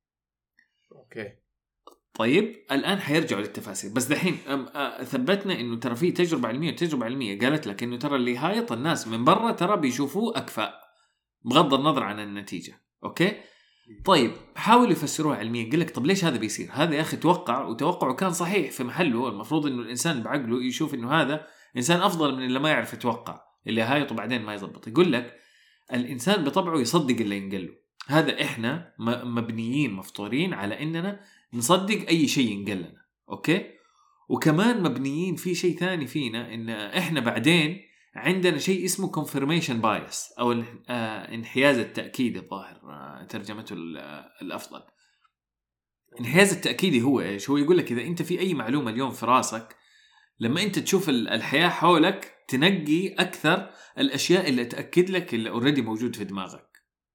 أوكي. طيب الآن حيرجعوا للتفاسير، بس دحين ثبتنا إنه ترى في تجربة علمية قالت لك إنه ترى اللي هايط الناس من برا ترى بيشوفوه أكفاء بغض النظر عن النتيجة. أوكي. طيب حاولوا يفسروها علميا، قال لك طب ليش هذا بيصير؟ هذا يا أخي توقع وتوقعه كان صحيح في محله، المفروض إنه الإنسان بعقله يشوف إنه هذا إنسان أفضل من اللي ما يعرف يتوقع، اللي هايط وبعدين ما يزبط. يقول لك الإنسان بطبعه يصدق اللي ينقله. هذا إحنا مبنيين مفطورين على إننا نصدق أي شيء ينقل لنا. أوكي. وكمان مبنيين في شيء ثاني فينا، إن إحنا بعدين عندنا شيء اسمه confirmation bias أو انحياز التأكيد. الظاهر ترجمته الأفضل. انحياز التأكيدي هو إيش؟ هو يقول لك إذا أنت في أي معلومة اليوم في راسك، لما أنت تشوف الحياة حولك تنقي أكثر الأشياء اللي تأكد لك اللي أوريدي موجود في دماغك.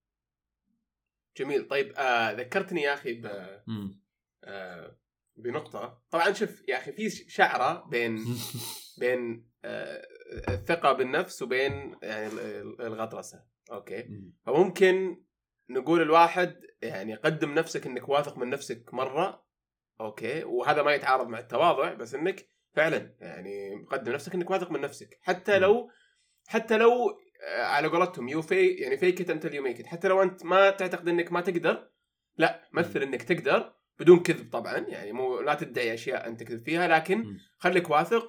جميل. طيب ذكرتني يا أخي بنقطة. طبعا شوف يا أخي، في شعرة بين الثقة بالنفس وبين يعني الغطرسة. أوكي. فممكن نقول الواحد يعني قدم نفسك إنك واثق من نفسك مرة. أوكي. وهذا ما يتعارض مع التواضع، بس إنك فعلا يعني قدم نفسك إنك واثق من نفسك، حتى لو على قولتهم يعني fake it until you make it. حتى لو أنت ما تعتقد إنك ما تقدر، لا مثل إنك تقدر بدون كذب طبعا. يعني مو لا تدعي أشياء أنت تكذب فيها، لكن خليك واثق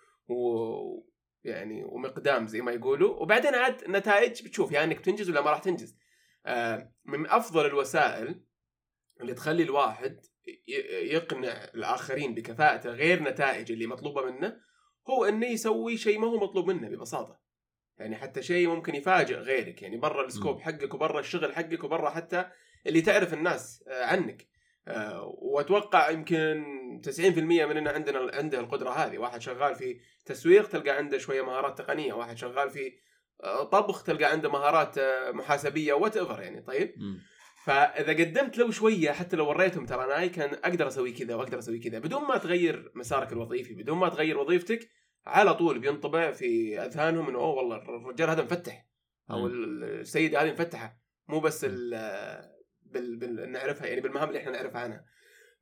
يعني ومقدام زي ما يقولوا. وبعدين عاد نتائج بتشوف يعني إنك تنجز ولا ما راح تنجز. من أفضل الوسائل اللي تخلي الواحد يقنع الآخرين بكفاءته غير نتائج اللي مطلوبة منه، هو إنه يسوي شيء ما هو مطلوب منه ببساطة. يعني حتى شيء ممكن يفاجئ غيرك، يعني برا السكوب حقك وبرا الشغل حقك وبرا حتى اللي تعرف الناس عنك. وأتوقع يمكن 90% مننا عنده القدرة هذه. واحد شغال في تسويق تلقى عنده شوية مهارات تقنية، واحد شغال في طبخ تلقى عنده مهارات محاسبية whatever يعني. طيب فإذا قدمت له شوية، حتى لو وريتهم ترى أنا كان أقدر أسوي كذا وأقدر أسوي كذا، بدون ما تغير مسارك الوظيفي، بدون ما تغير وظيفتك، على طول بينطبع في أذهانهم إنه أوه والله الرجال هذا مفتح، أو السيد هذه مفتحة، مو بس نعرفها يعني بالمهام اللي إحنا نعرفها عنها. ف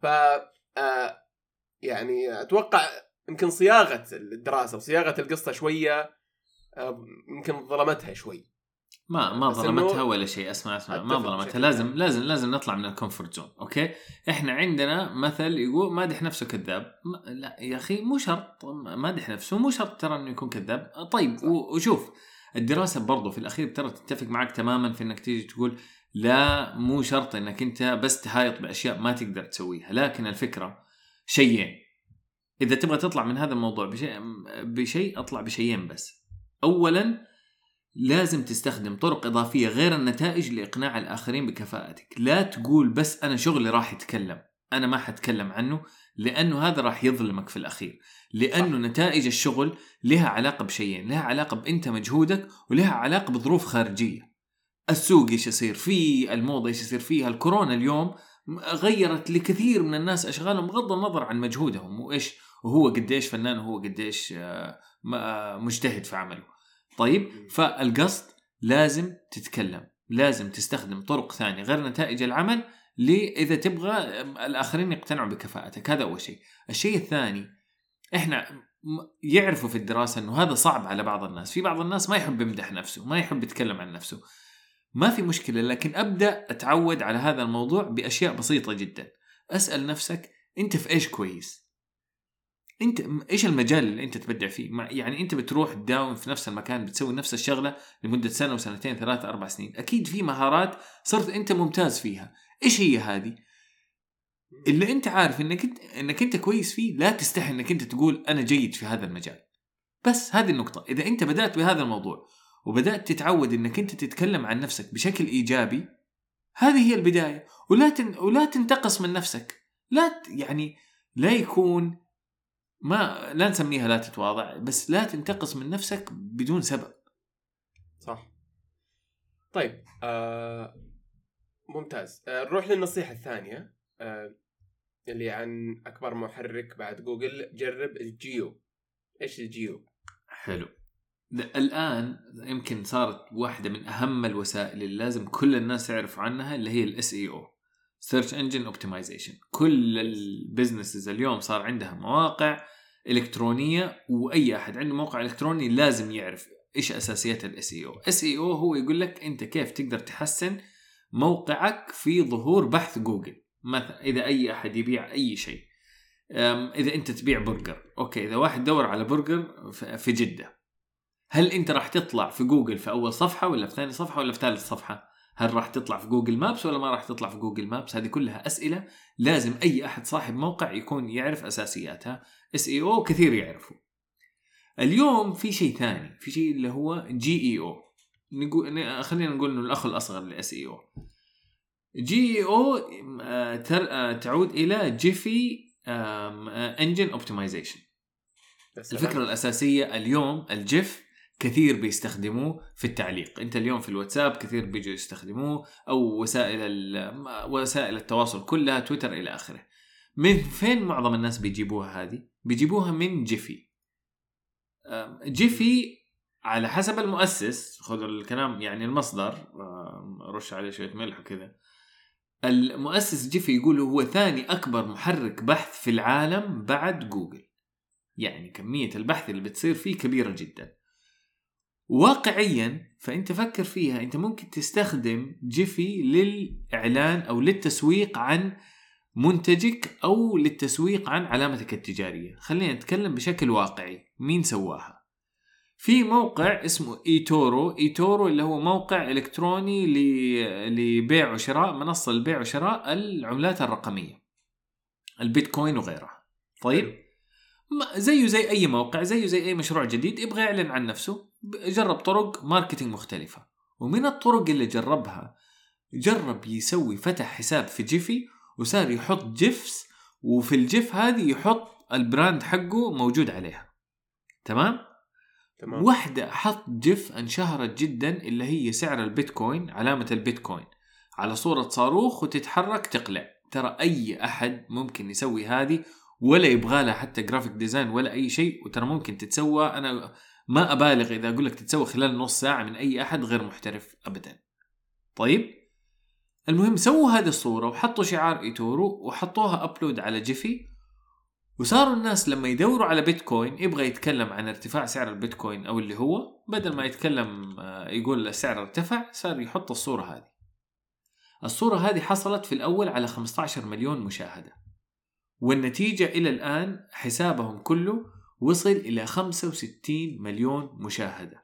يعني أتوقع يمكن صياغة الدراسة وصياغة القصة شوية يمكن ظلمتها شوي. ما ظلمتها ولا شيء. اسمع ما ظلمتها. لازم نطلع من الكومفورت زون. اوكي. احنا عندنا مثل يقول مادح نفسه كذاب. لا يا اخي مو شرط مادح نفسه، مو شرط ترى انه يكون كذاب. طيب وشوف الدراسة برضو في الاخير ترى تتفق معك تماما في انك تيجي تقول لا مو شرط انك انت بس تهايط باشياء ما تقدر تسويها. لكن الفكرة شيئين، اذا تبغى تطلع من هذا الموضوع بشيء اطلع بشيئين بس. اولا لازم تستخدم طرق إضافية غير النتائج لإقناع الآخرين بكفاءتك. لا تقول بس أنا شغلي راح يتكلم، أنا ما حتكلم عنه، لأنه هذا راح يظلمك في الأخير. لأنه نتائج الشغل لها علاقة بشيئين، لها علاقة بأنت مجهودك، ولها علاقة بظروف خارجية. السوق إيش يصير فيه، الموضة إيش يصير فيها. الكورونا اليوم غيرت لكثير من الناس أشغالهم بغض النظر عن مجهودهم وهو قديش فنان وهو قديش مجتهد في عمله. طيب فالقصد لازم تتكلم، لازم تستخدم طرق ثانية غير نتائج العمل إذا تبغى الآخرين يقتنعوا بكفاءتك. هذا أول شيء. الشيء الثاني، إحنا يعرفوا في الدراسة أنه هذا صعب على بعض الناس. في بعض الناس ما يحب يمدح نفسه، ما يحب يتكلم عن نفسه. ما في مشكلة، لكن أبدأ أتعود على هذا الموضوع بأشياء بسيطة جدا. أسأل نفسك أنت في إيش كويس، انت ايش المجال اللي انت تبدع فيه. يعني انت بتروح تداوم في نفس المكان، بتسوي نفس الشغله لمده سنه وسنتين 3 4 سنين، اكيد في مهارات صرت انت ممتاز فيها. ايش هي هذه اللي انت عارف انك انت كويس فيه؟ لا تستحي انك انت تقول انا جيد في هذا المجال. بس هذه النقطه. اذا انت بدات بهذا الموضوع وبدات تتعود انك انت تتكلم عن نفسك بشكل ايجابي، هذه هي البدايه. ولا تنتقص من نفسك. لا يكون لا نسميها لا تتواضع، بس لا تنتقص من نفسك بدون سبب. صح. طيب ممتاز. نروح للنصيحة الثانية اللي عن أكبر محرك بعد جوجل. جرب الجيو. إيش الجيو؟ حلو. الآن يمكن صارت واحدة من أهم الوسائل اللي لازم كل الناس يعرفوا عنها، اللي هي ال SEO Search Engine Optimization. كل البزنسز اليوم صار عندها مواقع إلكترونية، وأي أحد عنده موقع إلكتروني لازم يعرف إيش أساسيات ال SEO. SEO هو يقول لك أنت كيف تقدر تحسن موقعك في ظهور بحث جوجل. مثلا إذا أي أحد يبيع أي شيء، إذا أنت تبيع برجر، أوكي، إذا واحد دور على برجر في جدة، هل أنت راح تطلع في جوجل في أول صفحة ولا في ثاني صفحة ولا في ثالث صفحة؟ هل راح تطلع في جوجل مابس ولا ما راح تطلع في جوجل مابس؟ هذه كلها أسئلة لازم أي أحد صاحب موقع يكون يعرف أساسياتها. SEO كثير يعرفوا. اليوم في شيء ثاني، في شيء اللي هو GEO. خلينا نقول إنه الأخ الأصغر للSEO. GEO تعود إلى جيفي Engine Optimization. الفكرة الأساسية اليوم الجيف كثير بيستخدموه في التعليق. أنت اليوم في الواتساب كثير بيجوا يستخدموه، أو وسائل التواصل كلها، تويتر إلى آخره. من فين معظم الناس بيجيبوها هذه؟ بيجيبوها من جيفي. جيفي على حسب المؤسس، خذوا الكلام يعني المصدر، رش عليه شوية ملح وكذا. المؤسس جيفي يقول هو ثاني أكبر محرك بحث في العالم بعد جوجل. يعني كمية البحث اللي بتصير فيه كبيرة جدا. واقعيا فأنت فكر فيها، أنت ممكن تستخدم جيفي للإعلان أو للتسويق عن منتجك أو للتسويق عن علامتك التجارية. خلينا نتكلم بشكل واقعي. مين سواها؟ في موقع اسمه إيتورو اللي هو موقع إلكتروني لبيع وشراء، منصة لبيع وشراء العملات الرقمية، البيتكوين وغيرها. طيب زيه زي أي موقع، زيه زي أي مشروع جديد يبغى يعلن عن نفسه، جرب طرق ماركتينج مختلفة. ومن الطرق اللي جربها، جرب يسوي فتح حساب في جيفي وصار يحط جيفس، وفي الجيف هذه يحط البراند حقه موجود عليها. تمام. واحدة حط جيف انشهرت جدا اللي هي سعر البيتكوين، علامة البيتكوين على صورة صاروخ وتتحرك تقلع. ترى أي أحد ممكن يسوي هذه، ولا يبغى لها حتى جرافيك ديزاين ولا أي شيء، وترى ممكن تتسوى. أنا ما أبالغ إذا أقول لك تتسوى خلال نص ساعة من أي أحد غير محترف أبدا. طيب المهم سووا هذه الصورة وحطوا شعار إيتورو وحطوها أبلود على جيفي، وصاروا الناس لما يدوروا على بيتكوين يبغى يتكلم عن ارتفاع سعر البيتكوين أو اللي هو، بدل ما يتكلم يقول السعر ارتفع، صار يحط الصورة هذه. الصورة هذه حصلت في الأول على 15 مليون مشاهدة، والنتيجة إلى الآن حسابهم كله وصل إلى 65 مليون مشاهدة.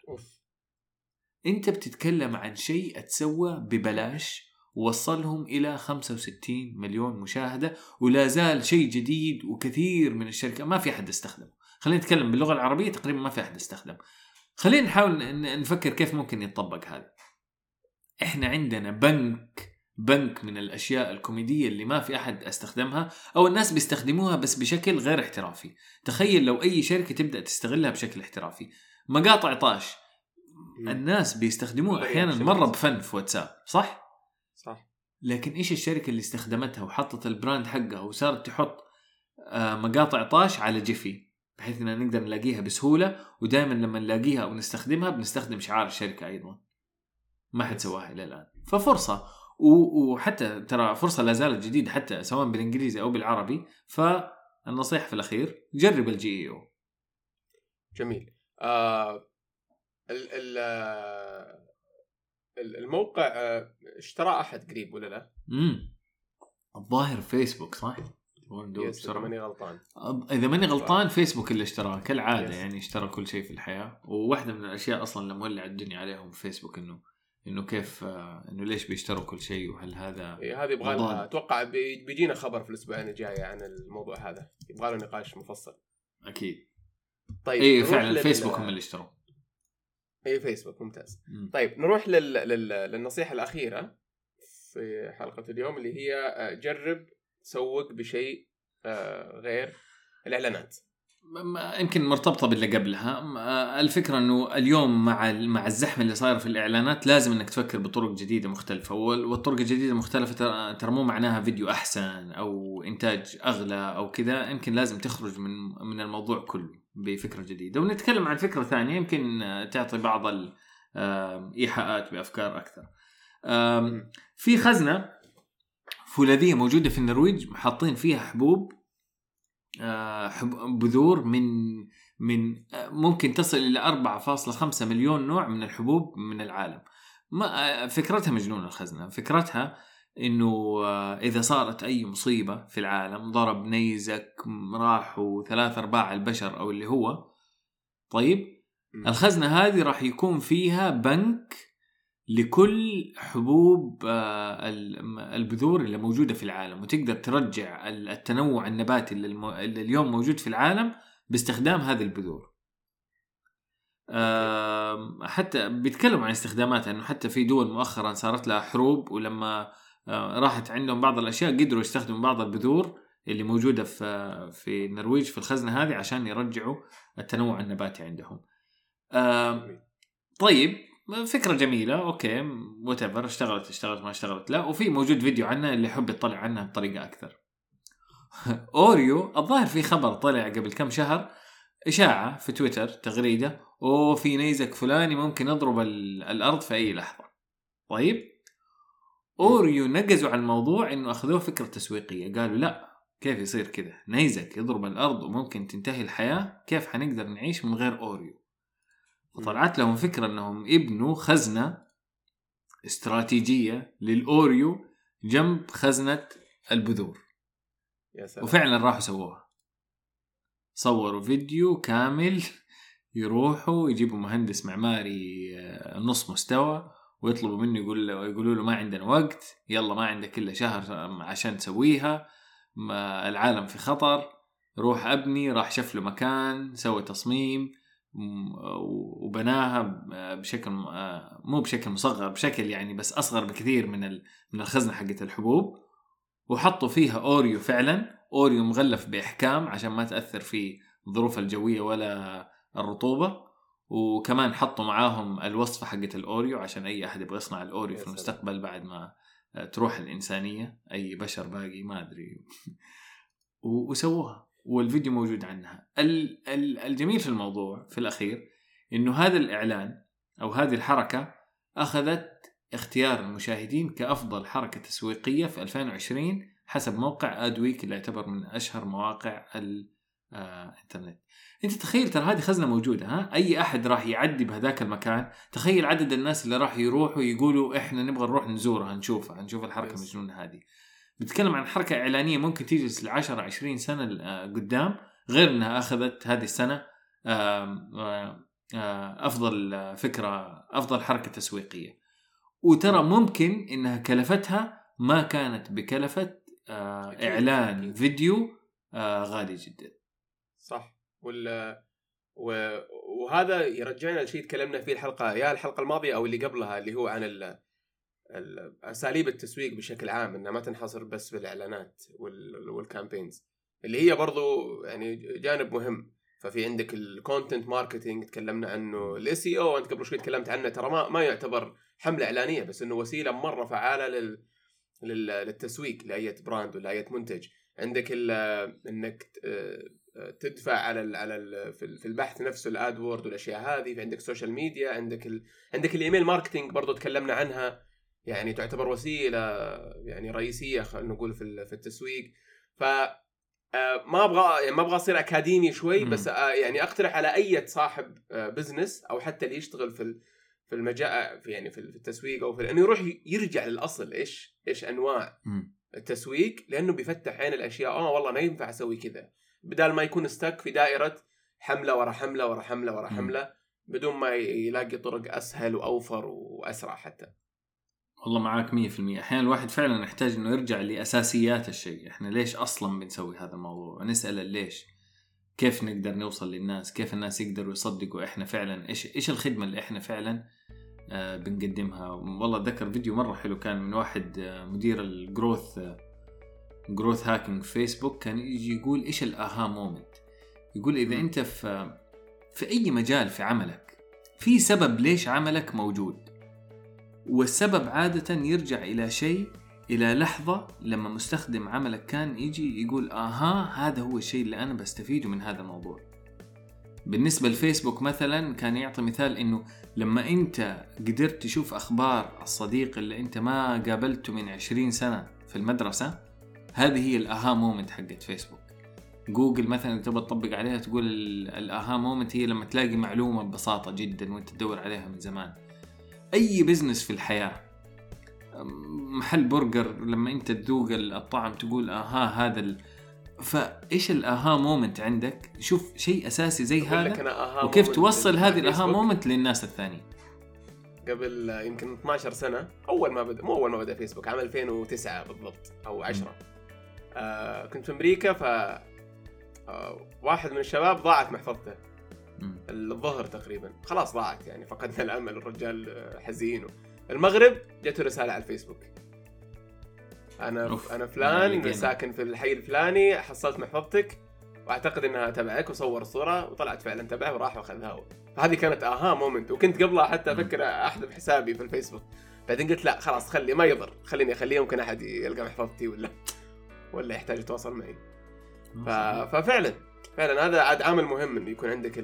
أنت بتتكلم عن شيء أتسوى ببلاش ووصلهم إلى 65 مليون مشاهدة، ولا زال شيء جديد، وكثير من الشركات ما في أحد استخدمه. خلينا نتكلم باللغة العربية، تقريبا ما في أحد استخدم. خلينا نحاول نفكر كيف ممكن يتطبق هذا. إحنا عندنا بنك من الأشياء الكوميدية اللي ما في أحد استخدمها، أو الناس بيستخدموها بس بشكل غير احترافي. تخيل لو أي شركة تبدأ تستغلها بشكل احترافي. مقاطع طاش الناس بيستخدموها أحيانا مرة بفن في واتساب، صح؟ لكن إيش الشركة اللي استخدمتها وحطت البراند حقها وصارت تحط مقاطع طاش على جيفي، بحيث أننا نقدر نلاقيها بسهولة، ودائما لما نلاقيها ونستخدمها بنستخدم شعار الشركة أيضا. ما حد سواها إلى الآن. ففرصة، وحتى ترى فرصة لا زالت جديدة حتى سواء بالإنجليزي أو بالعربي. فالنصيحة في الأخير جرب الGEO. جميل. الموقع اشترى أحد قريب ولا لا؟ الظاهر فيسبوك، صح؟ إذا ماني غلطان فيسبوك اللي اشتراه كالعادة. يعني اشترى كل شيء في الحياة. وواحدة من الأشياء أصلا اللي مولع الدنيا عليهم فيسبوك إنه كيف إنه ليش بيشتروا كل شيء، وهل هذا هذه يبغى لها. أتوقع بيجينا خبر في الأسبوعين الجاية عن الموضوع هذا، يبغى له نقاش مفصل أكيد. طيب إيه فعلا فيسبوك هم اللي اشتروا. إيه فيسبوك ممتاز. طيب نروح للنصيحة الأخيرة في حلقة اليوم، اللي هي جرب سوق بشيء غير الإعلانات. يمكن مرتبطة باللي قبلها. الفكرة أنه اليوم مع الزحمة اللي صايرة في الإعلانات لازم أنك تفكر بطرق جديدة مختلفة. والطرق الجديدة المختلفة ترى مو معناها فيديو أحسن أو إنتاج أغلى أو كذا. يمكن لازم تخرج من الموضوع كله بفكرة جديدة، ونتكلم عن فكرة ثانية يمكن تعطي بعض الإيحاءات بأفكار أكثر. في خزنة فولاذية موجودة في النرويج، حاطين فيها حبوب بذور من ممكن تصل إلى 4.5 مليون نوع من الحبوب من العالم. فكرتها مجنونة الخزنة. فكرتها إنه إذا صارت أي مصيبة في العالم، ضرب نيزك، راحوا 3/4 البشر أو اللي هو، طيب الخزنة هذه راح يكون فيها بنك لكل حبوب البذور اللي موجودة في العالم، وتقدر ترجع التنوع النباتي اللي اليوم موجود في العالم باستخدام هذه البذور. حتى بيتكلم عن استخداماتها، انه حتى في دول مؤخرا صارت لها حروب، ولما راحت عندهم بعض الاشياء قدروا يستخدموا بعض البذور اللي موجودة في النرويج في الخزنة هذه عشان يرجعوا التنوع النباتي عندهم. طيب فكرة جميلة، اوكي whatever، اشتغلت ما اشتغلت لا، وفي موجود فيديو عنها اللي يحب يطلع عنها بطريقة اكثر. اوريو الظاهر في خبر طلع قبل كم شهر، اشاعة في تويتر، تغريدة، وفي نيزك فلاني ممكن يضرب الارض في اي لحظة. طيب اوريو نقزوا على الموضوع، انه اخذوه فكرة تسويقية، قالوا لا كيف يصير كده، نيزك يضرب الارض وممكن تنتهي الحياة، كيف حنقدر نعيش من غير اوريو؟ وطلعت لهم فكرة انهم يبنوا خزنة استراتيجية للأوريو جنب خزنة البذور. يا سلام. وفعلا راحوا سووها، صوروا فيديو كامل، يروحوا يجيبوا مهندس معماري نص مستوى ويطلبوا منه، يقولوا له ما عندنا وقت، يلا ما عندك إلا شهر عشان تسويها، العالم في خطر، روح أبني. راح شف له مكان، سوى تصميم وبناها بشكل مو بشكل مصغر، بشكل يعني بس أصغر بكثير من الخزنة حقت الحبوب، وحطوا فيها أوريو، فعلا أوريو مغلف بإحكام عشان ما تأثر في الظروف الجوية ولا الرطوبة، وكمان حطوا معاهم الوصفة حقت الأوريو عشان أي أحد يبغى يصنع الأوريو في المستقبل بعد ما تروح الإنسانية، أي بشر باقي ما أدري وسووها، والفيديو موجود عنها. الجميل في الموضوع في الأخير إنه هذا الإعلان أو هذه الحركة أخذت اختيار المشاهدين كأفضل حركة تسويقية في 2020 حسب موقع أدويك اللي يعتبر من أشهر مواقع الإنترنت. أنت تخيل ترى هذه خزنة موجودة، أي أحد راح يعدي بهذاك المكان، تخيل عدد الناس اللي راح يروحوا يقولوا إحنا نبغى نروح نزورها، نشوف الحركة المجنونة هذه. بتكلم عن حركة إعلانية ممكن تجلس 10-20 سنة قدام، غير أنها أخذت هذه السنة أفضل فكرة، أفضل حركة تسويقية. وترى ممكن إنها كلفتها ما كانت بكلفة إعلان فيديو غالي جدا. صح. وهذا يرجعنا لشيء تكلمنا فيه الحلقة الماضية أو اللي قبلها، اللي هو عن أساليب التسويق بشكل عام، إنها ما تنحصر بس بالإعلانات والكامبينز، اللي هي برضو يعني جانب مهم. ففي عندك الكونتنت ماركتينج تكلمنا عنه، الSEO أنت قبل شوي تكلمت عنه، ترى ما يعتبر حملة إعلانية، بس إنه وسيلة مرة فعالة للتسويق لأي براند ولا أي منتج. عندك إنك تدفع في البحث نفسه، الادورد والاشياء هذه. في عندك سوشيال ميديا، عندك الايميل ماركتينج برضو تكلمنا عنها، يعني تعتبر وسيله يعني رئيسيه خلينا نقول في التسويق. ف ما ابغى اصير اكاديمي شوي، بس يعني اقترح على اي صاحب بزنس او حتى اللي يشتغل في المجال يعني في التسويق او انه يروح يرجع للاصل، ايش انواع التسويق، لانه بيفتح عين الاشياء. والله ما ينفع اسوي كذا، بدال ما يكون استك في دائره حمله ورا حمله ورا حمله ورا حمله بدون ما يلاقي طرق اسهل واوفر واسرع حتى. والله معاك 100%. احيانا الواحد فعلا يحتاج انه يرجع لاساسيات الشيء، احنا ليش اصلا بنسوي هذا الموضوع، نسال ليش، كيف نقدر نوصل للناس، كيف الناس يقدروا يصدقوا احنا فعلا ايش الخدمه اللي احنا فعلا بنقدمها. والله اتذكر فيديو مره حلو كان من واحد مدير الجروث هاكينج فيسبوك، كان يجي يقول ايش الاها مومنت. يقول اذا انت في اي مجال في عملك في سبب ليش عملك موجود، والسبب عادة يرجع إلى شيء، إلى لحظة لما مستخدم عملك كان يجي يقول هذا هو الشيء اللي أنا بستفيده من هذا الموضوع. بالنسبة للفيسبوك مثلا كان يعطي مثال إنه لما أنت قدرت تشوف أخبار الصديق اللي أنت ما قابلته من 20 سنة في المدرسة، هذه هي الآها مومنت حقت فيسبوك. جوجل مثلا تبغى تطبق عليها تقول الآها مومنت هي لما تلاقي معلومة ببساطة جدا وأنت تدور عليها من زمان. أي بزنس في الحياة، محل برجر لما أنت تذوق الطعم تقول هذا فايش الاها مومنت عندك؟ شوف شيء اساسي زي هذا وكيف moment توصل هذه الاها فيسبوك مومنت للناس الثانيين. قبل يمكن 12 سنة أول ما بدأ فيسبوك، عام 2009 بالضبط أو 10. كنت في أمريكا، واحد من الشباب ضاعت محفظته الظهر تقريبا، خلاص ضاعت يعني، فقدنا الأمل، الرجال حزين. المغرب جاته رسالة على الفيسبوك، أنا فلان ساكن في الحي الفلاني، حصلت محفظتك واعتقد انها تبعك، وصور صورة وطلعت فعلا تبعه وراح واخذها. فهذه كانت اها مومنت، وكنت قبلها حتى افكر احذف حسابي في الفيسبوك، بعدين قلت لا خلاص خلي ما يضر، خليني اخليه، يمكن احد يلقى محفظتي ولا يحتاج يتواصل معي. ففعلا هذا عاد عامل مهم انه يكون عندك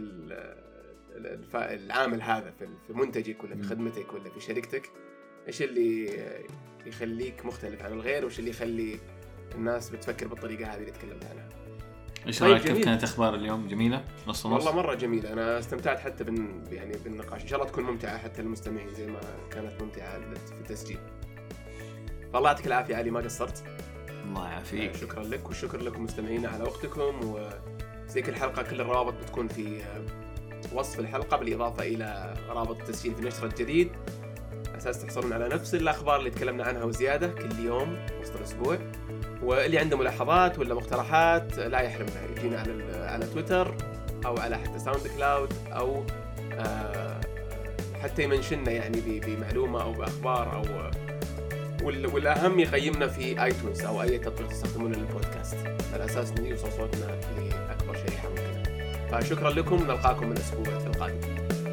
العامل هذا في منتجك ولا في خدمتك ولا في شركتك. ايش اللي يخليك مختلف عن الغير، وايش اللي يخلي الناس بتفكر بالطريقة هذه اللي تكلمت عنها. ايش رايك؟ كيف كانت اخبار اليوم؟ جميله نص نص؟ والله مره جميله، انا استمتعت حتى بالنقاش، ان شاء الله تكون ممتعه حتى للمستمعين زي ما كانت ممتعه في التسجيل. فالله يعطيك العافيه علي، ما قصرت. الله يعافيك. شكرا لك وشكرا لكم مستمعينا على وقتكم. وزي كل حلقه كل الروابط بتكون في وصف الحلقه، بالاضافه الى رابط التسجيل في نشره الجديد، اساس تحصلون على نفس الاخبار اللي تكلمنا عنها وزياده كل يوم وسط الاسبوع. واللي عنده ملاحظات ولا مقترحات لا يحرمنا، يجينا على تويتر او على حتى ساوند كلاود، او حتى يمنشننا يعني بمعلومه او باخبار، او والاهم يقيمنا في ايتونز او اي تطبيق تستخدمونه للبودكاست، على اساس انه يوصل صوتنا لاكبر شريحه ممكنه. فشكرا لكم، نلقاكم الاسبوع القادم.